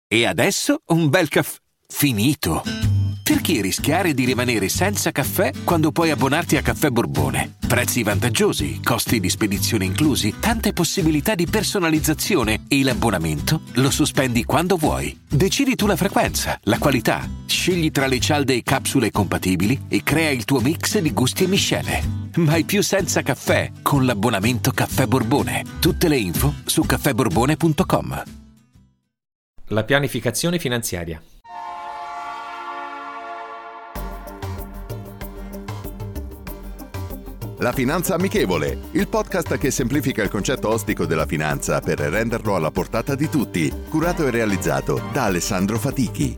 E adesso un bel caffè finito. Perché rischiare di rimanere senza caffè quando puoi abbonarti a Caffè Borbone? Prezzi vantaggiosi, costi di spedizione inclusi, tante possibilità di personalizzazione e l'abbonamento lo sospendi quando vuoi. Decidi tu la frequenza, la qualità, scegli tra le cialde e capsule compatibili e crea il tuo mix di gusti e miscele. Mai più senza caffè con l'abbonamento Caffè Borbone. Tutte le info su caffèborbone.com. La pianificazione finanziaria. La Finanza Amichevole, il podcast che semplifica il concetto ostico della finanza per renderlo alla portata di tutti, curato e realizzato da Alessandro Fatichi.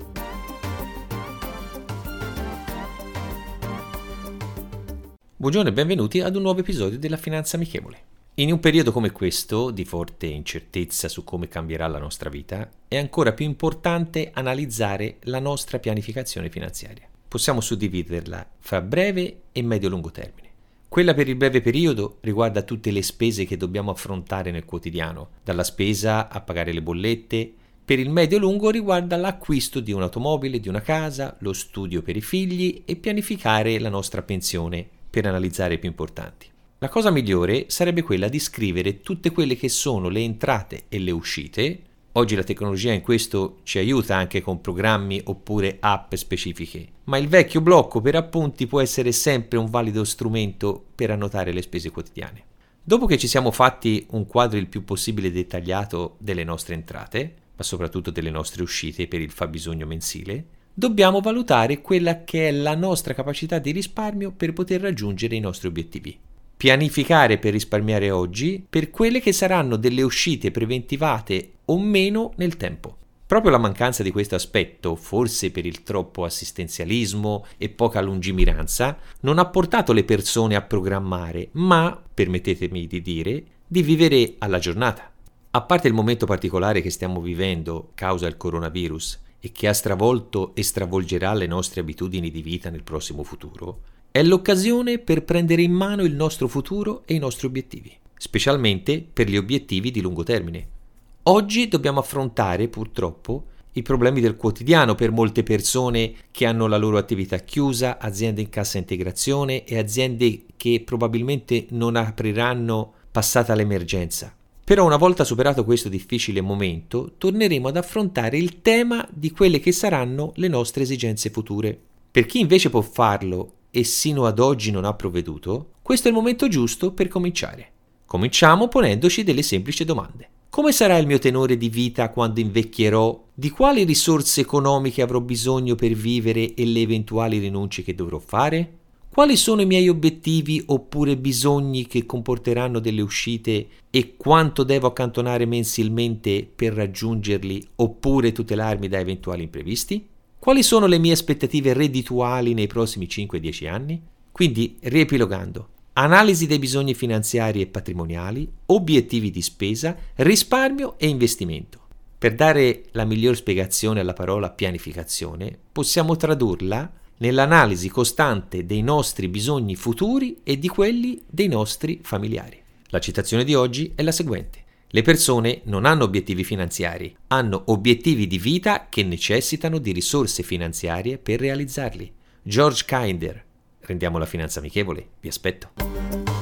Buongiorno e benvenuti ad un nuovo episodio della Finanza Amichevole. In un periodo come questo, di forte incertezza su come cambierà la nostra vita, è ancora più importante analizzare la nostra pianificazione finanziaria. Possiamo suddividerla fra breve e medio-lungo termine. Quella per il breve periodo riguarda tutte le spese che dobbiamo affrontare nel quotidiano, dalla spesa a pagare le bollette. Per il medio-lungo riguarda l'acquisto di un'automobile, di una casa, lo studio per i figli e pianificare la nostra pensione, per analizzare i più importanti. La cosa migliore sarebbe quella di scrivere tutte quelle che sono le entrate e le uscite. Oggi la tecnologia in questo ci aiuta anche con programmi oppure app specifiche, ma il vecchio blocco per appunti può essere sempre un valido strumento per annotare le spese quotidiane. Dopo che ci siamo fatti un quadro il più possibile dettagliato delle nostre entrate, ma soprattutto delle nostre uscite per il fabbisogno mensile, dobbiamo valutare quella che è la nostra capacità di risparmio per poter raggiungere i nostri obiettivi. Pianificare per risparmiare oggi per quelle che saranno delle uscite preventivate o meno nel tempo. Proprio la mancanza di questo aspetto, forse per il troppo assistenzialismo e poca lungimiranza, non ha portato le persone a programmare, ma, permettetemi di dire, di vivere alla giornata. A parte il momento particolare che stiamo vivendo causa il coronavirus e che ha stravolto e stravolgerà le nostre abitudini di vita nel prossimo futuro, è l'occasione per prendere in mano il nostro futuro e i nostri obiettivi, specialmente per gli obiettivi di lungo termine. Oggi dobbiamo affrontare, purtroppo, i problemi del quotidiano per molte persone che hanno la loro attività chiusa, aziende in cassa integrazione e aziende che probabilmente non apriranno passata l'emergenza. Però una volta superato questo difficile momento, torneremo ad affrontare il tema di quelle che saranno le nostre esigenze future. Per chi invece può farlo e sino ad oggi non ha provveduto, questo è il momento giusto per cominciare. Cominciamo ponendoci delle semplici domande. Come sarà il mio tenore di vita quando invecchierò? Di quali risorse economiche avrò bisogno per vivere e le eventuali rinunce che dovrò fare? Quali sono i miei obiettivi oppure bisogni che comporteranno delle uscite e quanto devo accantonare mensilmente per raggiungerli oppure tutelarmi da eventuali imprevisti? Quali sono le mie aspettative reddituali nei prossimi 5-10 anni? Quindi, riepilogando, analisi dei bisogni finanziari e patrimoniali, obiettivi di spesa, risparmio e investimento. Per dare la miglior spiegazione alla parola pianificazione, possiamo tradurla nell'analisi costante dei nostri bisogni futuri e di quelli dei nostri familiari. La citazione di oggi è la seguente. Le persone non hanno obiettivi finanziari, hanno obiettivi di vita che necessitano di risorse finanziarie per realizzarli. George Kinder. Rendiamo la finanza amichevole. Vi aspetto.